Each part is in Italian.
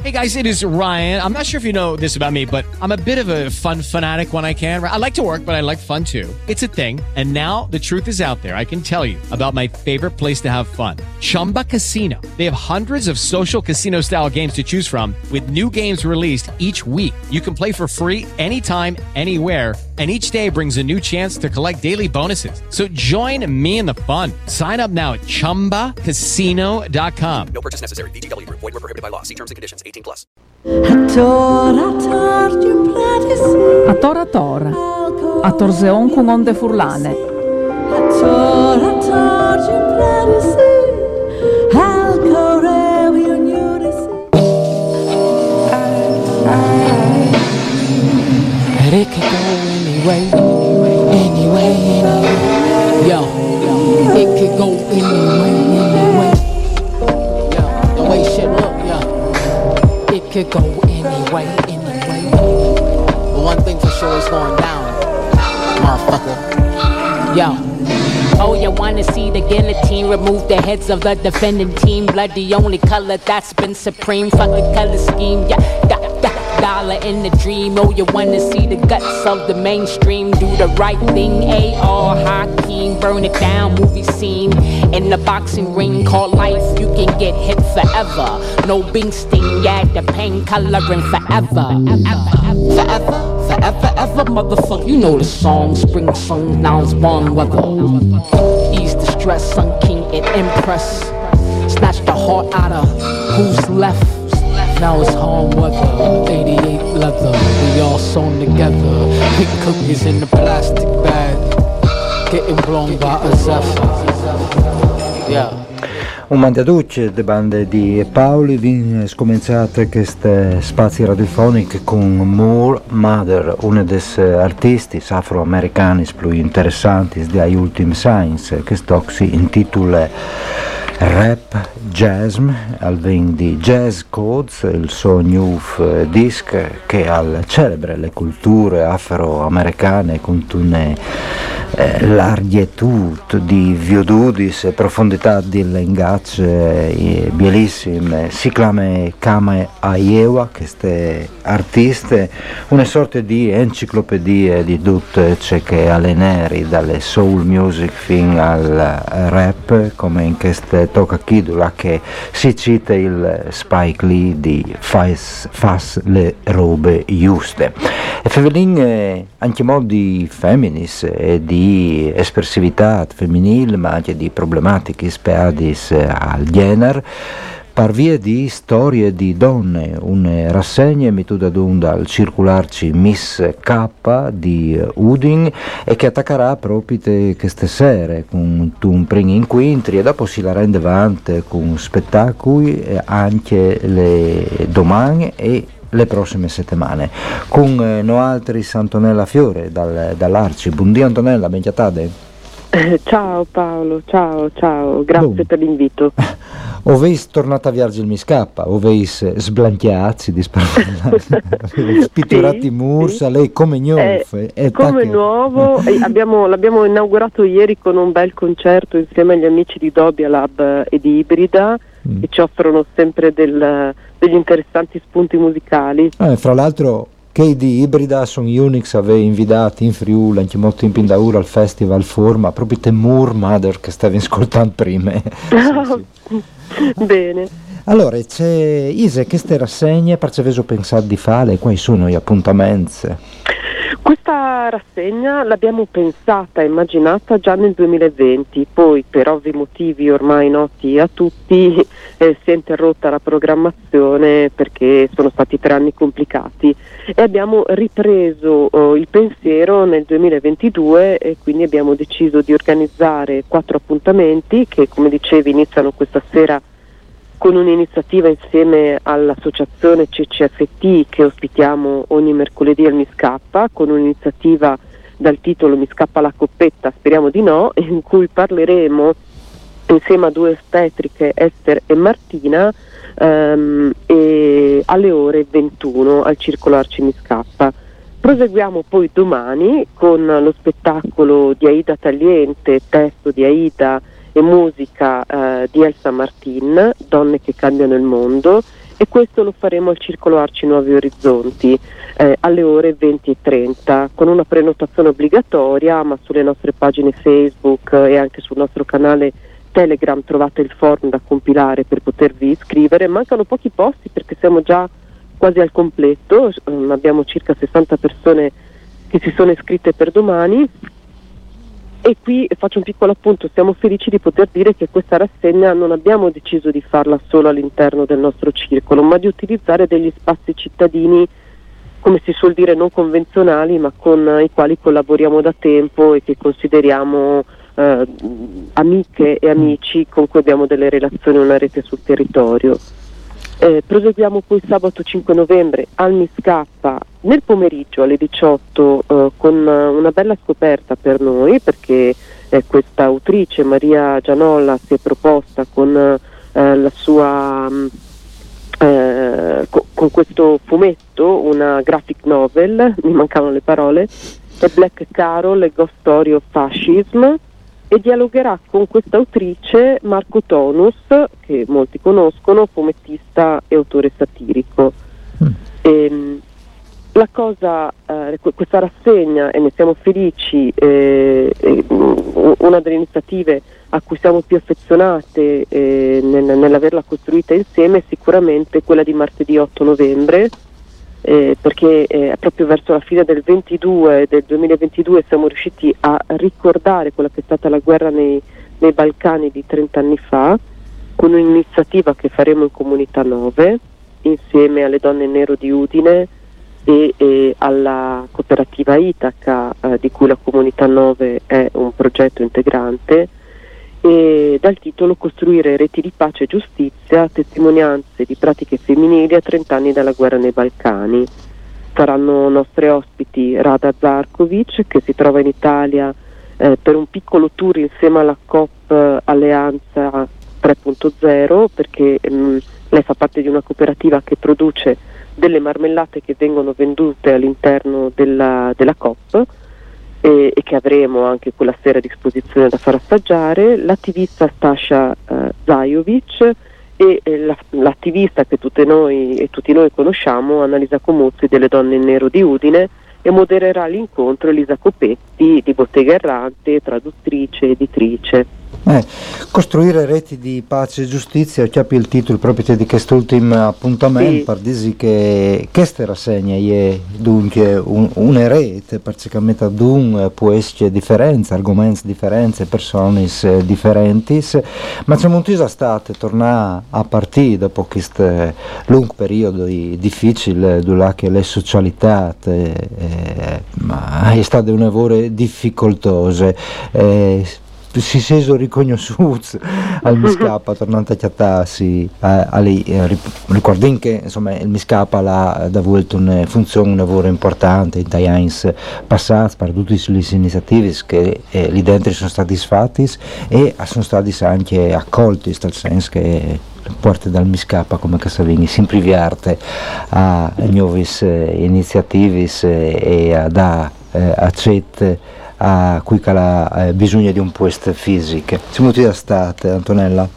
Hey guys, it is Ryan. I'm not sure if you know this about me, but I'm a bit of a fun fanatic when I can. I like to work, but I like fun too. It's a thing. And now the truth is out there. I can tell you about my favorite place to have fun. Chumba Casino. They have hundreds of social casino style games to choose from with new games released each week. You can play for free anytime, anywhere. And each day brings a new chance to collect daily bonuses. So join me in the fun. Sign up now at ChumbaCasino.com. No purchase necessary. VGW Group. Void where prohibited by law. See terms and conditions. 18+. A tora tora, a torzeon con onde furlane. It could go anyway. Yo, it could go anyway. Yo, the way shit look, yo. It could go anyway. But one thing for sure is going down, motherfucker. Yo. Oh, you wanna see the guillotine remove the heads of the defending team? Blood, the only color that's been supreme. Fuck the color scheme, yeah. Dollar in the dream. Oh, you wanna see the guts of the mainstream? Do the right thing, A.R. Hakeem. Burn it down, movie scene. In the boxing ring called life, you can get hit forever. No Bing sting, yeah, the pain coloring forever. Forever, motherfucker. You know the song, spring song, now's one weather. Ease the stress, Sun King and Empress. Snatch the heart out of who's left. Now it's hard weather, 88 leather. We all sewn together. Pink cookies in the plastic bag, getting blown by a zephyr. Yeah. Un mandiaduce de bande di Pauli vin scominciate queste spazi radiofoniche con Moor Mother, uno dei artisti afroamericani più interessanti degli ultimi science, che si intitola Rap Jazz, al vin di Jazz Codes, il suo new disc che al celebre le culture afroamericane con una larghetudine di viodudis e profondità di linguaggio bellissime. Si chiama Kame Ayewa, queste artiste, una sorta di enciclopedia di tutto ciò che alleneri, dalle soul music fin al rap, come in queste tocca Kidula che si cita il Spike Lee di fas le robe giuste. E Fevelin anche modi femminis e di espressività femminile, ma anche di problematiche speadis al genere, per via di storie di donne, una rassegna mituda dal circolarci Miss K di Udin e che attaccherà proprio queste sere con un primo incontri e dopo si la rende avanti con spettacoli anche le domani e le prossime settimane con no altri Antonella Fiore dall'Arci. Buondì Antonella, benchiatade. Ciao Paolo, ciao, grazie per l'invito. Oveis tornata a viaggi il Miscappa, oveis sblanchiazzi di pitturati Mursa, sì. Lei come nuovo. Come nuovo, l'abbiamo inaugurato ieri con un bel concerto insieme agli amici di Dobia Lab e di Ibrida, che ci offrono sempre degli interessanti spunti musicali. Fra l'altro che di Ibrida sono Unix aveva invitato in Friuli anche molto in Pindaura al festival Forma proprio te Moor Mother che stavi ascoltando prima. Sì. Bene. Allora c'è Ise queste rassegne per avevo pensato di fare, quali sono gli appuntamenti? Questa rassegna l'abbiamo pensata e immaginata già nel 2020, poi per ovvi motivi ormai noti a tutti si è interrotta la programmazione perché sono stati 3 anni complicati e abbiamo ripreso il pensiero nel 2022 e quindi abbiamo deciso di organizzare 4 appuntamenti che, come dicevi, iniziano questa sera con un'iniziativa insieme all'associazione CCFT che ospitiamo ogni mercoledì al Miscappa, con un'iniziativa dal titolo Mi scappa la coppetta, speriamo di no, in cui parleremo insieme a 2 ostetriche, Esther e Martina, e alle ore 21 al Circolo Arci Miscappa. Proseguiamo poi domani con lo spettacolo di Aida Tagliente, testo di Aida e musica di Elsa Martin, Donne che cambiano il mondo, e questo lo faremo al Circolo Arci Nuovi Orizzonti alle ore 20:30 con una prenotazione obbligatoria, ma sulle nostre pagine Facebook e anche sul nostro canale Telegram trovate il form da compilare per potervi iscrivere. Mancano pochi posti perché siamo già quasi al completo, abbiamo circa 60 persone che si sono iscritte per domani. E qui faccio un piccolo appunto, siamo felici di poter dire che questa rassegna non abbiamo deciso di farla solo all'interno del nostro circolo, ma di utilizzare degli spazi cittadini, come si suol dire, non convenzionali, ma con i quali collaboriamo da tempo e che consideriamo amiche e amici con cui abbiamo delle relazioni, una rete sul territorio. Proseguiamo poi sabato 5 novembre al Miscappa nel pomeriggio alle 18 con una bella scoperta per noi, perché questa autrice Maria Gianolla si è proposta con la sua con questo fumetto, una graphic novel, mi mancavano le parole, è Black Carol, a Ghost Story of Fascism, e dialogherà con questa autrice Marco Tonus, che molti conoscono, fumettista e autore satirico. La cosa, questa rassegna, e ne siamo felici, una delle iniziative a cui siamo più affezionate nell'averla costruita insieme è sicuramente quella di martedì 8 novembre, perché proprio verso la fine del 2022 siamo riusciti a ricordare quella che è stata la guerra nei Balcani di 30 anni fa, con un'iniziativa che faremo in Comunità 9 insieme alle Donne in Nero di Udine e alla cooperativa Itaca, di cui la Comunità 9 è un progetto integrante, e dal titolo Costruire reti di pace e giustizia, testimonianze di pratiche femminili a 30 anni dalla guerra nei Balcani. Saranno nostre ospiti Rada Zarkovic, che si trova in Italia per un piccolo tour insieme alla COP Alleanza 3.0, perché lei fa parte di una cooperativa che produce delle marmellate che vengono vendute all'interno della COP, e che avremo anche quella sera a disposizione da far assaggiare. L'attivista Stasha Zajovic e l'attivista che tutti noi conosciamo, Annalisa Comuzzi delle Donne in Nero di Udine, e modererà l'incontro Elisa Copetti di Bottega Errante, traduttrice e editrice. Costruire reti di pace e giustizia, ho capito il titolo proprio di quest'ultimo appuntamento, sì. Per dire che questa rassegna è dunque una rete praticamente ad può essere differenze, argomenti differenti, persone differenti, ma c'è molto state tornare a partire dopo questo lungo periodo difficile dove le socialità ma è stato un lavoro difficoltoso. Si sono riconosciuti al Miscappa tornando a chiattarsi ricordiamo che insomma il Miscappa ha avuto una funzione, un lavoro importante in dagli anni passati per tutte le iniziative che lì dentro sono stati fatti e sono stati anche accolti, nel senso che porte dal Miscappa come Casavini si priviarte a nuove iniziative e a dare accette a cui ha bisogno di un posto fisico. Siamo tutti da state, Antonella?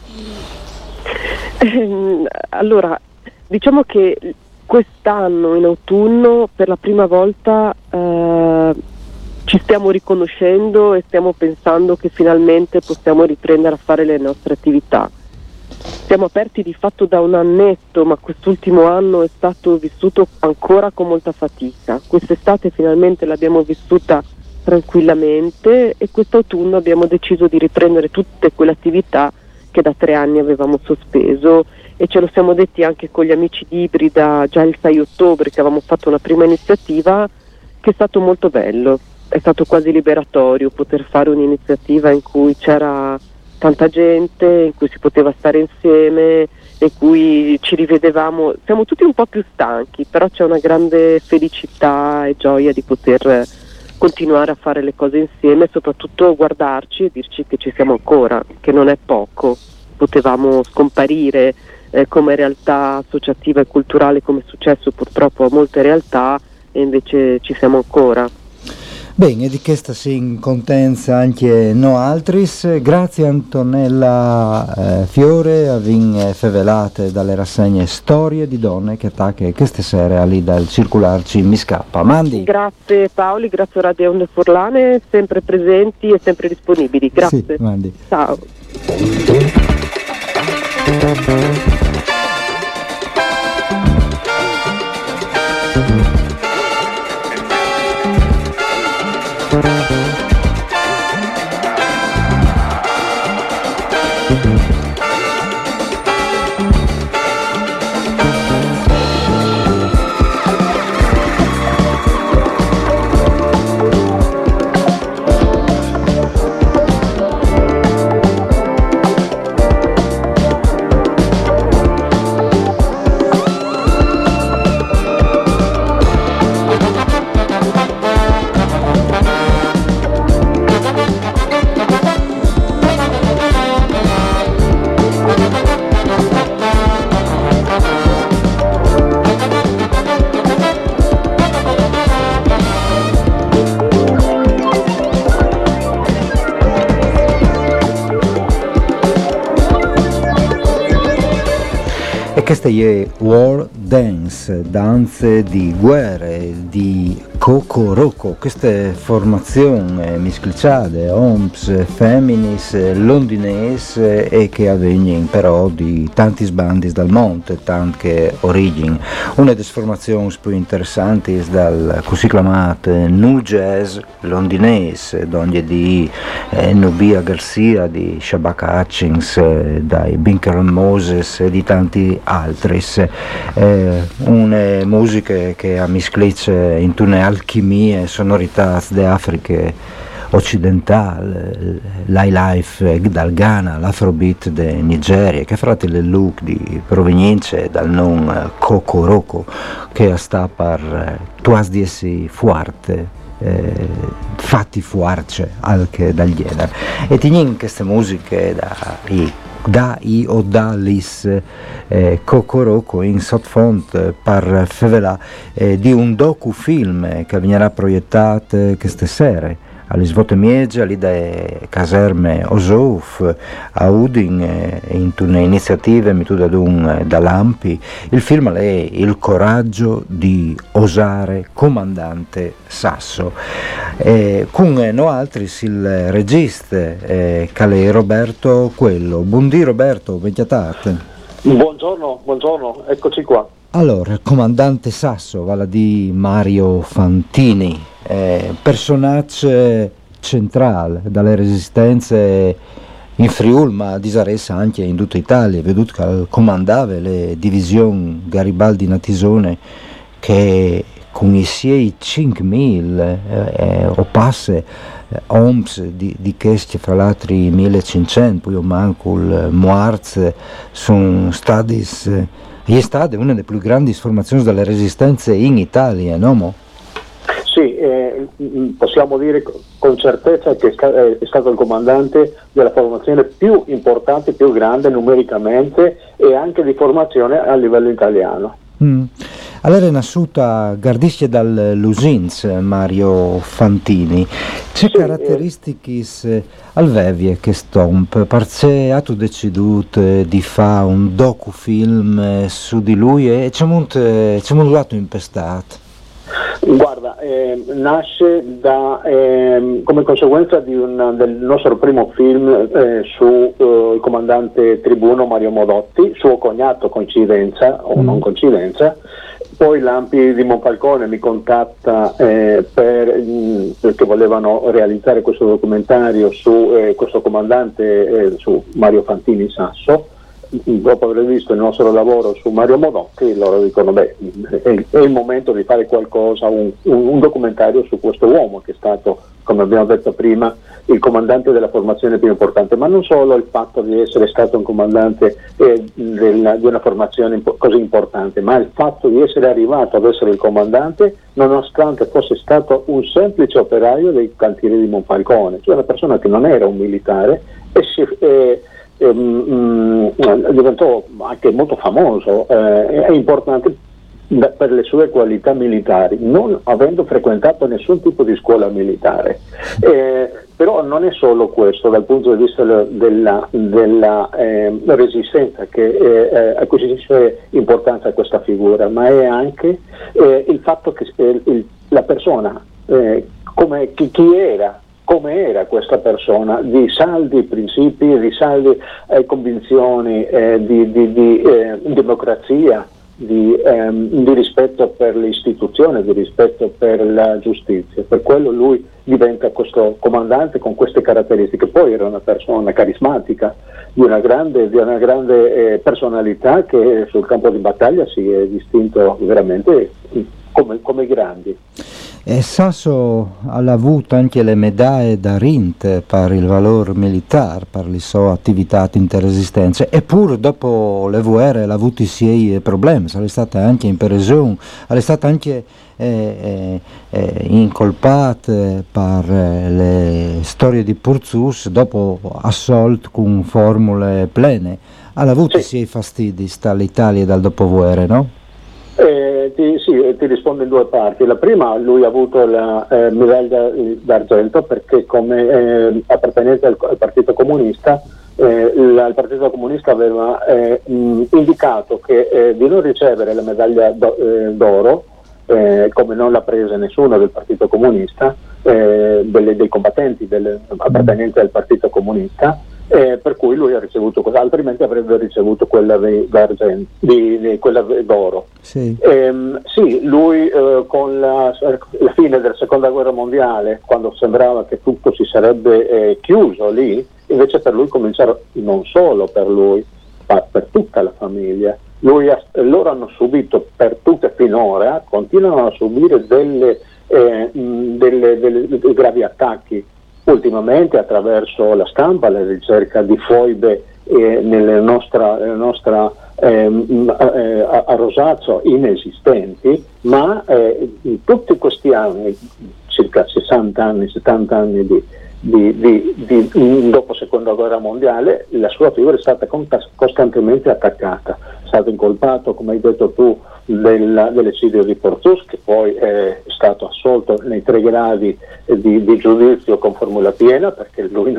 Allora, diciamo che quest'anno in autunno per la prima volta ci stiamo riconoscendo e stiamo pensando che finalmente possiamo riprendere a fare le nostre attività. Siamo aperti di fatto da un annetto, ma quest'ultimo anno è stato vissuto ancora con molta fatica. Quest'estate finalmente l'abbiamo vissuta tranquillamente e quest'autunno abbiamo deciso di riprendere tutte quelle attività che da 3 anni avevamo sospeso, e ce lo siamo detti anche con gli amici di Ibrida già il 6 ottobre che avevamo fatto una prima iniziativa, che è stato molto bello, è stato quasi liberatorio poter fare un'iniziativa in cui c'era tanta gente, in cui si poteva stare insieme, in cui ci rivedevamo. Siamo tutti un po' più stanchi, però c'è una grande felicità e gioia di poter continuare a fare le cose insieme e soprattutto guardarci e dirci che ci siamo ancora, che non è poco. Potevamo scomparire come realtà associativa e culturale, come è successo purtroppo a molte realtà, e invece ci siamo ancora. Bene, di questa si contenza anche no altris. Grazie Antonella Fiore, avin fevelate dalle rassegne Storie di donne che attacca queste sere lì dal circolarci mi scappa. Mandi. Grazie Paoli, grazie a Radio Onde Furlane, sempre presenti e sempre disponibili. Grazie. Sì, mandi. Ciao. Questa è War Dance, danze di guerre, di Cocoroco, queste formazioni misclicate, homs, feminis, londinese e che avvengono però di tanti sbandi dal monte, tante origini. Una delle formazioni più interessanti dal così chiamato New Jazz londinese, donde di Nubia Garcia, di Shabaka Hutchins, dai Binker Moses e di tanti altri. Une musiche che a misclice in tune alchimie, sonorità de Afriche occidentale, l'highlife dal Ghana, l'afrobeat de Nigeria, che frate le look di provenienze dal non Cocoroco, che sta per tuas diesi fuarte, fatti fuarce anche dal genere. E tignin queste musiche dalis Cocoroco in sottofondo per fevelà di un docufilm che verrà proiettato queste sere alle svote miege, lì dalle caserme Osouf a Udin, in una iniziativa mituda da Lampi. Il film è Il coraggio di osare comandante Sasso, con no altri il regista Calè Roberto Quello. Buondì Roberto, benchiatate. Buongiorno, eccoci qua. Allora, comandante Sasso, vale di Mario Fantini, personaggio centrale dalle resistenze in Friuli, ma di Saressa anche in tutta Italia, veduto che comandava le divisioni Garibaldi Natisone che con i suoi 5.000 o passe OMS di questi fra l'altro 1.500, poi manco il Moarz, sono stati è stata una delle più grandi formazioni delle resistenze in Italia, no? Sì, possiamo dire con certezza che è stato il comandante della formazione più importante, più grande numericamente e anche di formazione a livello italiano. Allora è nasciuta Gardisce dal Lusins, Mario Fantini. C'è sì, caratteristiche alvevie che stomp, perché ha tu deciduto di fare un docufilm su di lui e c'è un lato impestato? Guarda, nasce come conseguenza del nostro primo film su il comandante tribuno Mario Modotti, suo cognato, coincidenza o non coincidenza. Poi Lampi di Monfalcone mi contatta perché volevano realizzare questo documentario su questo comandante, su Mario Fantini Sasso. Dopo aver visto il nostro lavoro su Mario Modotti, loro dicono è il momento di fare qualcosa, un documentario su questo uomo che è stato, come abbiamo detto prima, il comandante della formazione più importante, ma non solo il fatto di essere stato un comandante di una formazione così importante, ma il fatto di essere arrivato ad essere il comandante nonostante fosse stato un semplice operaio dei cantieri di Monfalcone, cioè una persona che non era un militare e diventò anche molto famoso. È importante per le sue qualità militari, non avendo frequentato nessun tipo di scuola militare. Però non è solo questo dal punto di vista della resistenza che acquisisce importanza a questa figura, ma è anche il fatto che la persona, come era questa persona, di saldi principi, di saldi convinzioni, di democrazia, di rispetto per le istituzioni, di rispetto per la giustizia. Per quello lui diventa questo comandante con queste caratteristiche. Poi era una persona carismatica, di una grande personalità, che sul campo di battaglia si è distinto veramente come grandi. E Sasso ha avuto anche le medaglie da Rint per il valore militare, per le sue attività in resistenza, eppure dopo le guerre ha avuto i suoi problemi, è stata anche in prigione, è stata anche incolpata per le storie di Purzus dopo assolto con formule plene. Ha avuto i suoi fastidi dall'Italia e dal dopoguerra, no? Ti rispondo in due parti. La prima, lui ha avuto la medaglia d'argento perché come appartenente al Partito Comunista, il Partito Comunista aveva indicato che di non ricevere la medaglia d'oro, come non l'ha presa nessuno del Partito Comunista, dei combattenti appartenenti al Partito Comunista, per cui lui ha ricevuto cosa, altrimenti avrebbe ricevuto quella quella d'oro. Sì, lui con la fine della seconda guerra mondiale, quando sembrava che tutto si sarebbe chiuso lì, invece per lui cominciarono, non solo per lui, ma per tutta la famiglia. Loro hanno subito per tutte finora, continuano a subire dei gravi attacchi. Ultimamente attraverso la stampa, la ricerca di foibe nella nostra a Rosazzo inesistenti, ma in tutti questi anni, circa 60 anni, 70 anni dopo seconda guerra mondiale, la sua figura è stata costantemente attaccata. È stato incolpato, come hai detto tu, dell'eccidio di Portus, che poi è stato assolto nei 3 gradi di giudizio con formula piena, perché lui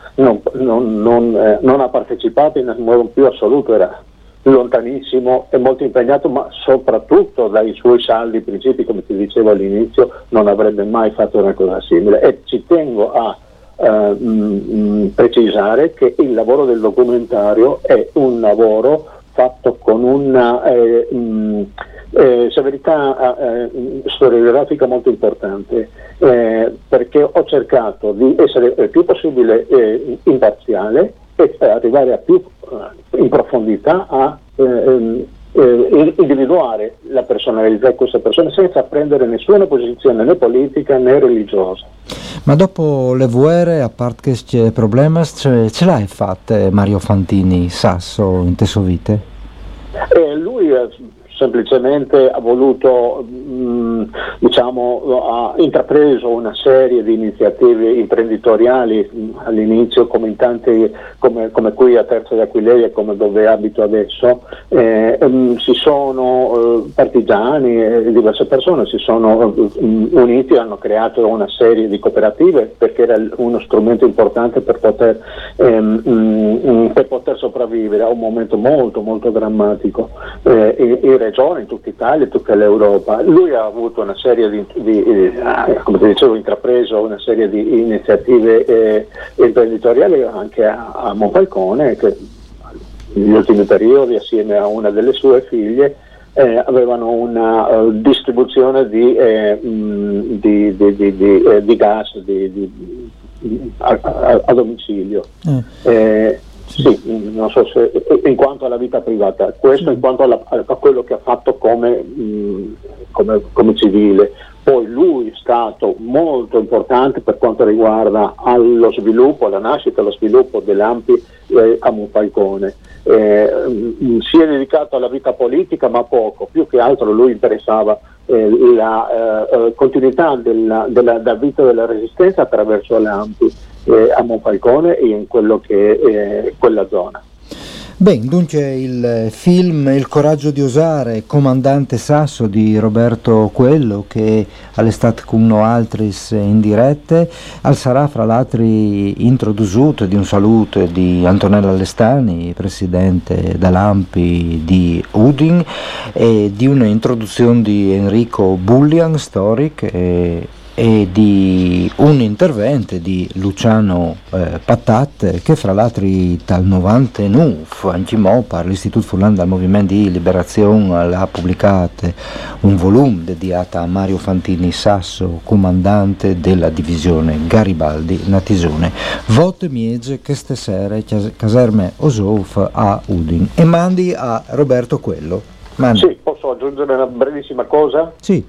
non ha partecipato in modo più assoluto, era lontanissimo e molto impegnato, ma soprattutto dai suoi saldi principi, come ti dicevo all'inizio, non avrebbe mai fatto una cosa simile. E ci tengo a precisare che il lavoro del documentario è un lavoro fatto con una severità storiografica molto importante, perché ho cercato di essere il più possibile imparziale e arrivare a più in profondità a individuare la personalità di questa persona senza prendere nessuna posizione né politica né religiosa. Ma dopo le guerre, a parte questi problemi, ce l'hai fatta Mario Fantini Sasso in te sua vita? Lui semplicemente ha voluto, ha intrapreso una serie di iniziative imprenditoriali all'inizio, come in tanti, come qui a Terzo di Aquileia, come dove abito adesso. Si sono partigiani e diverse persone si sono uniti e hanno creato una serie di cooperative, perché era uno strumento importante per poter sopravvivere a un momento molto molto drammatico in regione, in tutta Italia, in tutta l'Europa. Lui ha avuto una serie come ti dicevo, intrapreso una serie di iniziative imprenditoriali anche a Monfalcone, che negli ultimi periodi, assieme a una delle sue figlie, avevano una distribuzione di gas a domicilio. Sì, non so se in quanto alla vita privata, questo in quanto a quello che ha fatto come civile. Poi lui è stato molto importante per quanto riguarda allo sviluppo, alla nascita e allo sviluppo dell'ANPI a Monfalcone. Si è dedicato alla vita politica, ma poco, più che altro lui interessava la continuità della vita della resistenza attraverso l'ANPI a Monfalcone e in quello che è quella zona. Ben, dunque il film Il coraggio di osare, Comandante Sasso di Roberto Coelho, che all'estate con no altris in dirette, al sarà fra l'altro introdotto di un saluto di Antonella Lestani, presidente dell'Ampi di Udin, e di un'introduzione di Enrico Bullian, storico, e di un intervento di Luciano Patat, che fra l'altro dal 99 anche per l'Istituto Furlan del Movimento di Liberazione ha pubblicato un volume dedicato a Mario Fantini Sasso, comandante della divisione Garibaldi Natisone. Vote miege che stasera caserme Osof a Udin, e mandi a Roberto Coelho. Mandi. Sì, posso aggiungere una brevissima cosa? Sì.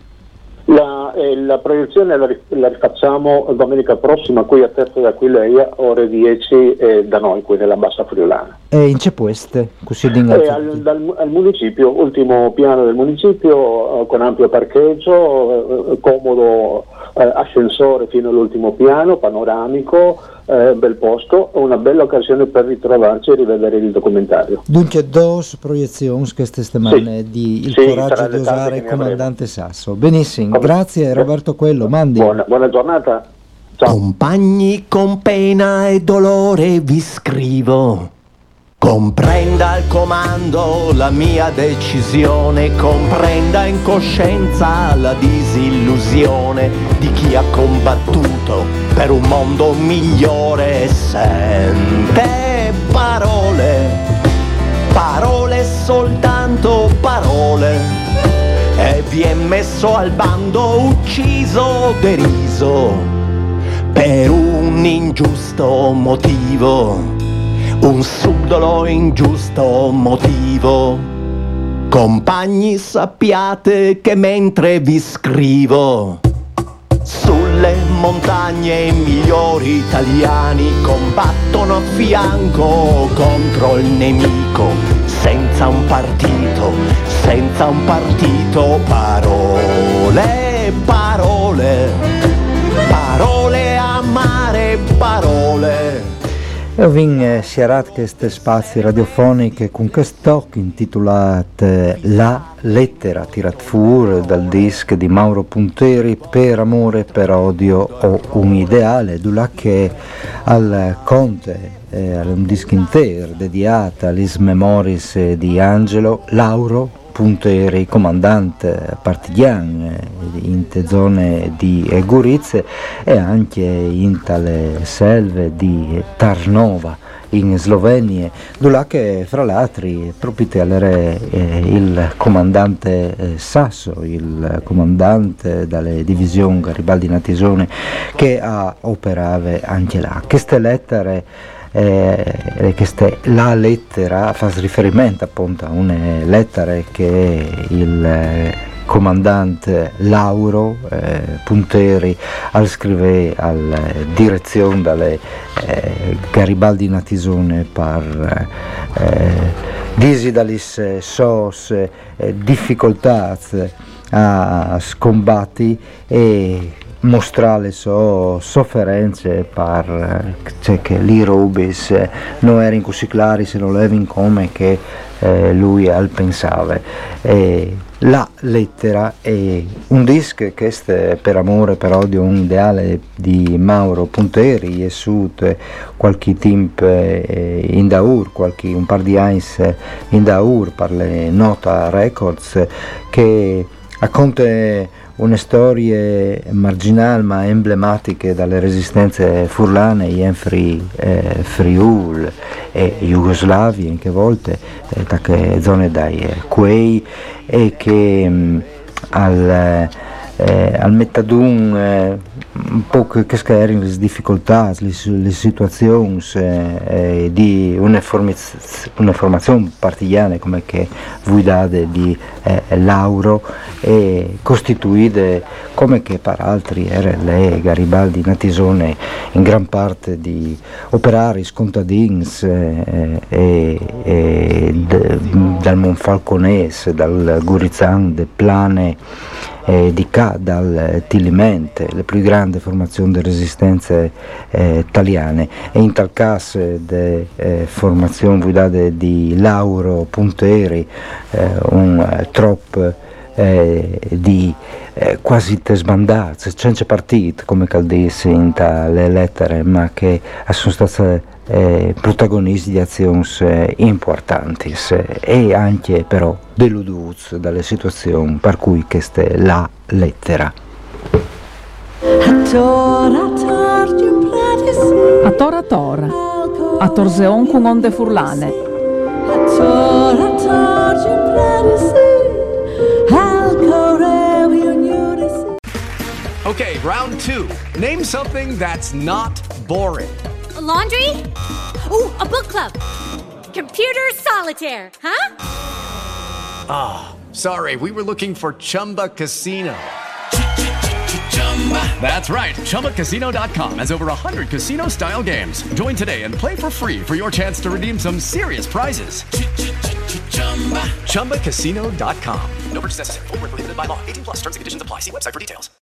La proiezione la rifacciamo domenica prossima qui a Terzo d'Aquileia, ore 10 da noi qui nella Bassa Friulana. E in Cepueste, così al municipio, ultimo piano del municipio, con ampio parcheggio, comodo ascensore fino all'ultimo piano, panoramico, bel posto, una bella occasione per ritrovarci e rivedere il documentario. Dunque, due proiezioni queste settimane di Il coraggio di osare, Comandante Sasso. Benissimo, grazie Roberto Coelho, mandi. Buona giornata. Ciao. Compagni, con pena e dolore vi scrivo. Comprenda il comando la mia decisione, comprenda in coscienza la disillusione di chi ha combattuto per un mondo migliore e sente parole, parole soltanto parole, e vi è messo al bando, ucciso, deriso per un ingiusto motivo. Un subdolo ingiusto motivo. Compagni, sappiate che mentre vi scrivo, sulle montagne migliori italiani combattono a fianco contro il nemico, senza un partito, parole, parole, parole amare, parole. Io vin sierat queste spazi radiofoniche con quest'occhio intitolato La lettera tirat fuori dal disc di Mauro Punteri, Per amore, per odio o un ideale, dula che al conte, un disc intero dedicato all'is memoris di Angelo Lauro Punteri, comandante partigiano in te zone di Gurizze e anche in tale selve di Tarnova in Slovenia, dove che fra l'altro proprio il comandante Sasso, il comandante dalle divisioni Garibaldi Natisone, che ha operato anche là. Queste lettere la lettera fa riferimento appunto a una lettera che il comandante Lauro Punteri scrive alla direzione dalle Garibaldi Natisone per disi dalle sos difficoltà a scombatti e mostrare so sofferenze per che lì Robis non erano così chiari se non levi come che lui al pensava. La lettera è un disc che è per amore per odio un ideale di Mauro Punteri e su qualche tempo in Daur, un par di anni in Daur per le Nota Records, che racconta una storia marginale ma emblematiche dalle resistenze furlane in Friul e Jugoslavia in che volte da che zone dai quei e che al metadun un po' che erano le difficoltà, le situazioni di una formazione partigiana come che voi date di Lauro e costituite come che per altri era le Garibaldi Natisone in gran parte di operari contadini dal Monfalconese, dal Gurizan, de Plane di qua dal Tilimente, le più grandi formazioni di resistenza italiane, e in tal caso de formazione guidate di Lauro Punteri, un trop di quasi sbandate, senza partito come caldissi in tale lettere, ma che sono state protagonisti di azioni importanti e anche però deluduti dalle situazioni per cui questa è la lettera. A tora tora, a torzeon con onde furlane. Okay, round two. Name something that's not boring. A laundry? Ooh, a book club. Computer solitaire, huh? Ah, sorry, we were looking for Chumba Casino. That's right, ChumbaCasino.com has over 100 casino-style games. Join today and play for free for your chance to redeem some serious prizes. ChumbaCasino.com. No purchase necessary. Void where prohibited by law. 18+ terms and conditions apply. See website for details.